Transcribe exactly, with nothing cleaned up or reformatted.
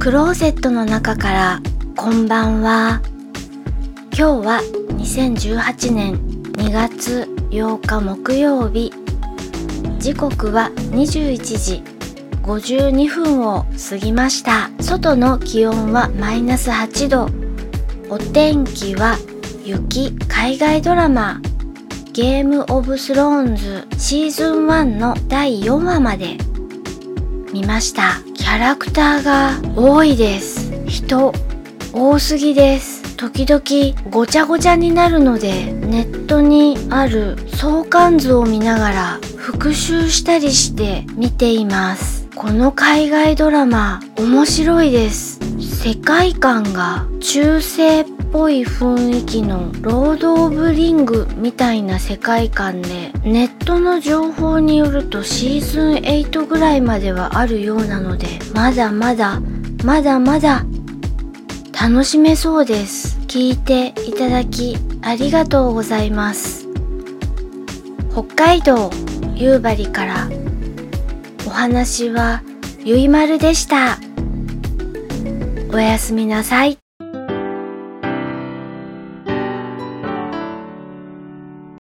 クローゼットの中からこんばんは。今日はにせんじゅうはちねんにがつようか木曜日、時刻はにじゅういちじごじゅうにふんを過ぎました。外の気温はマイナスはちど、お天気は雪。海外ドラマゲームオブスローンズシーズンワンのだいよんわまで見ました。キャラクターが多いです。人多すぎです。時々ごちゃごちゃになるので、ネットにある相関図を見ながら復習したりして見ています。この海外ドラマ面白いです。世界観が中世っぽい雰囲気のロード・オブ・リングみたいな世界観で、ネットの情報によるとシーズンエイトぐらいまではあるようなので、まだまだまだまだ楽しめそうです。聞いていただきありがとうございます。北海道夕張からお話はゆいまるでした。おやすみなさい。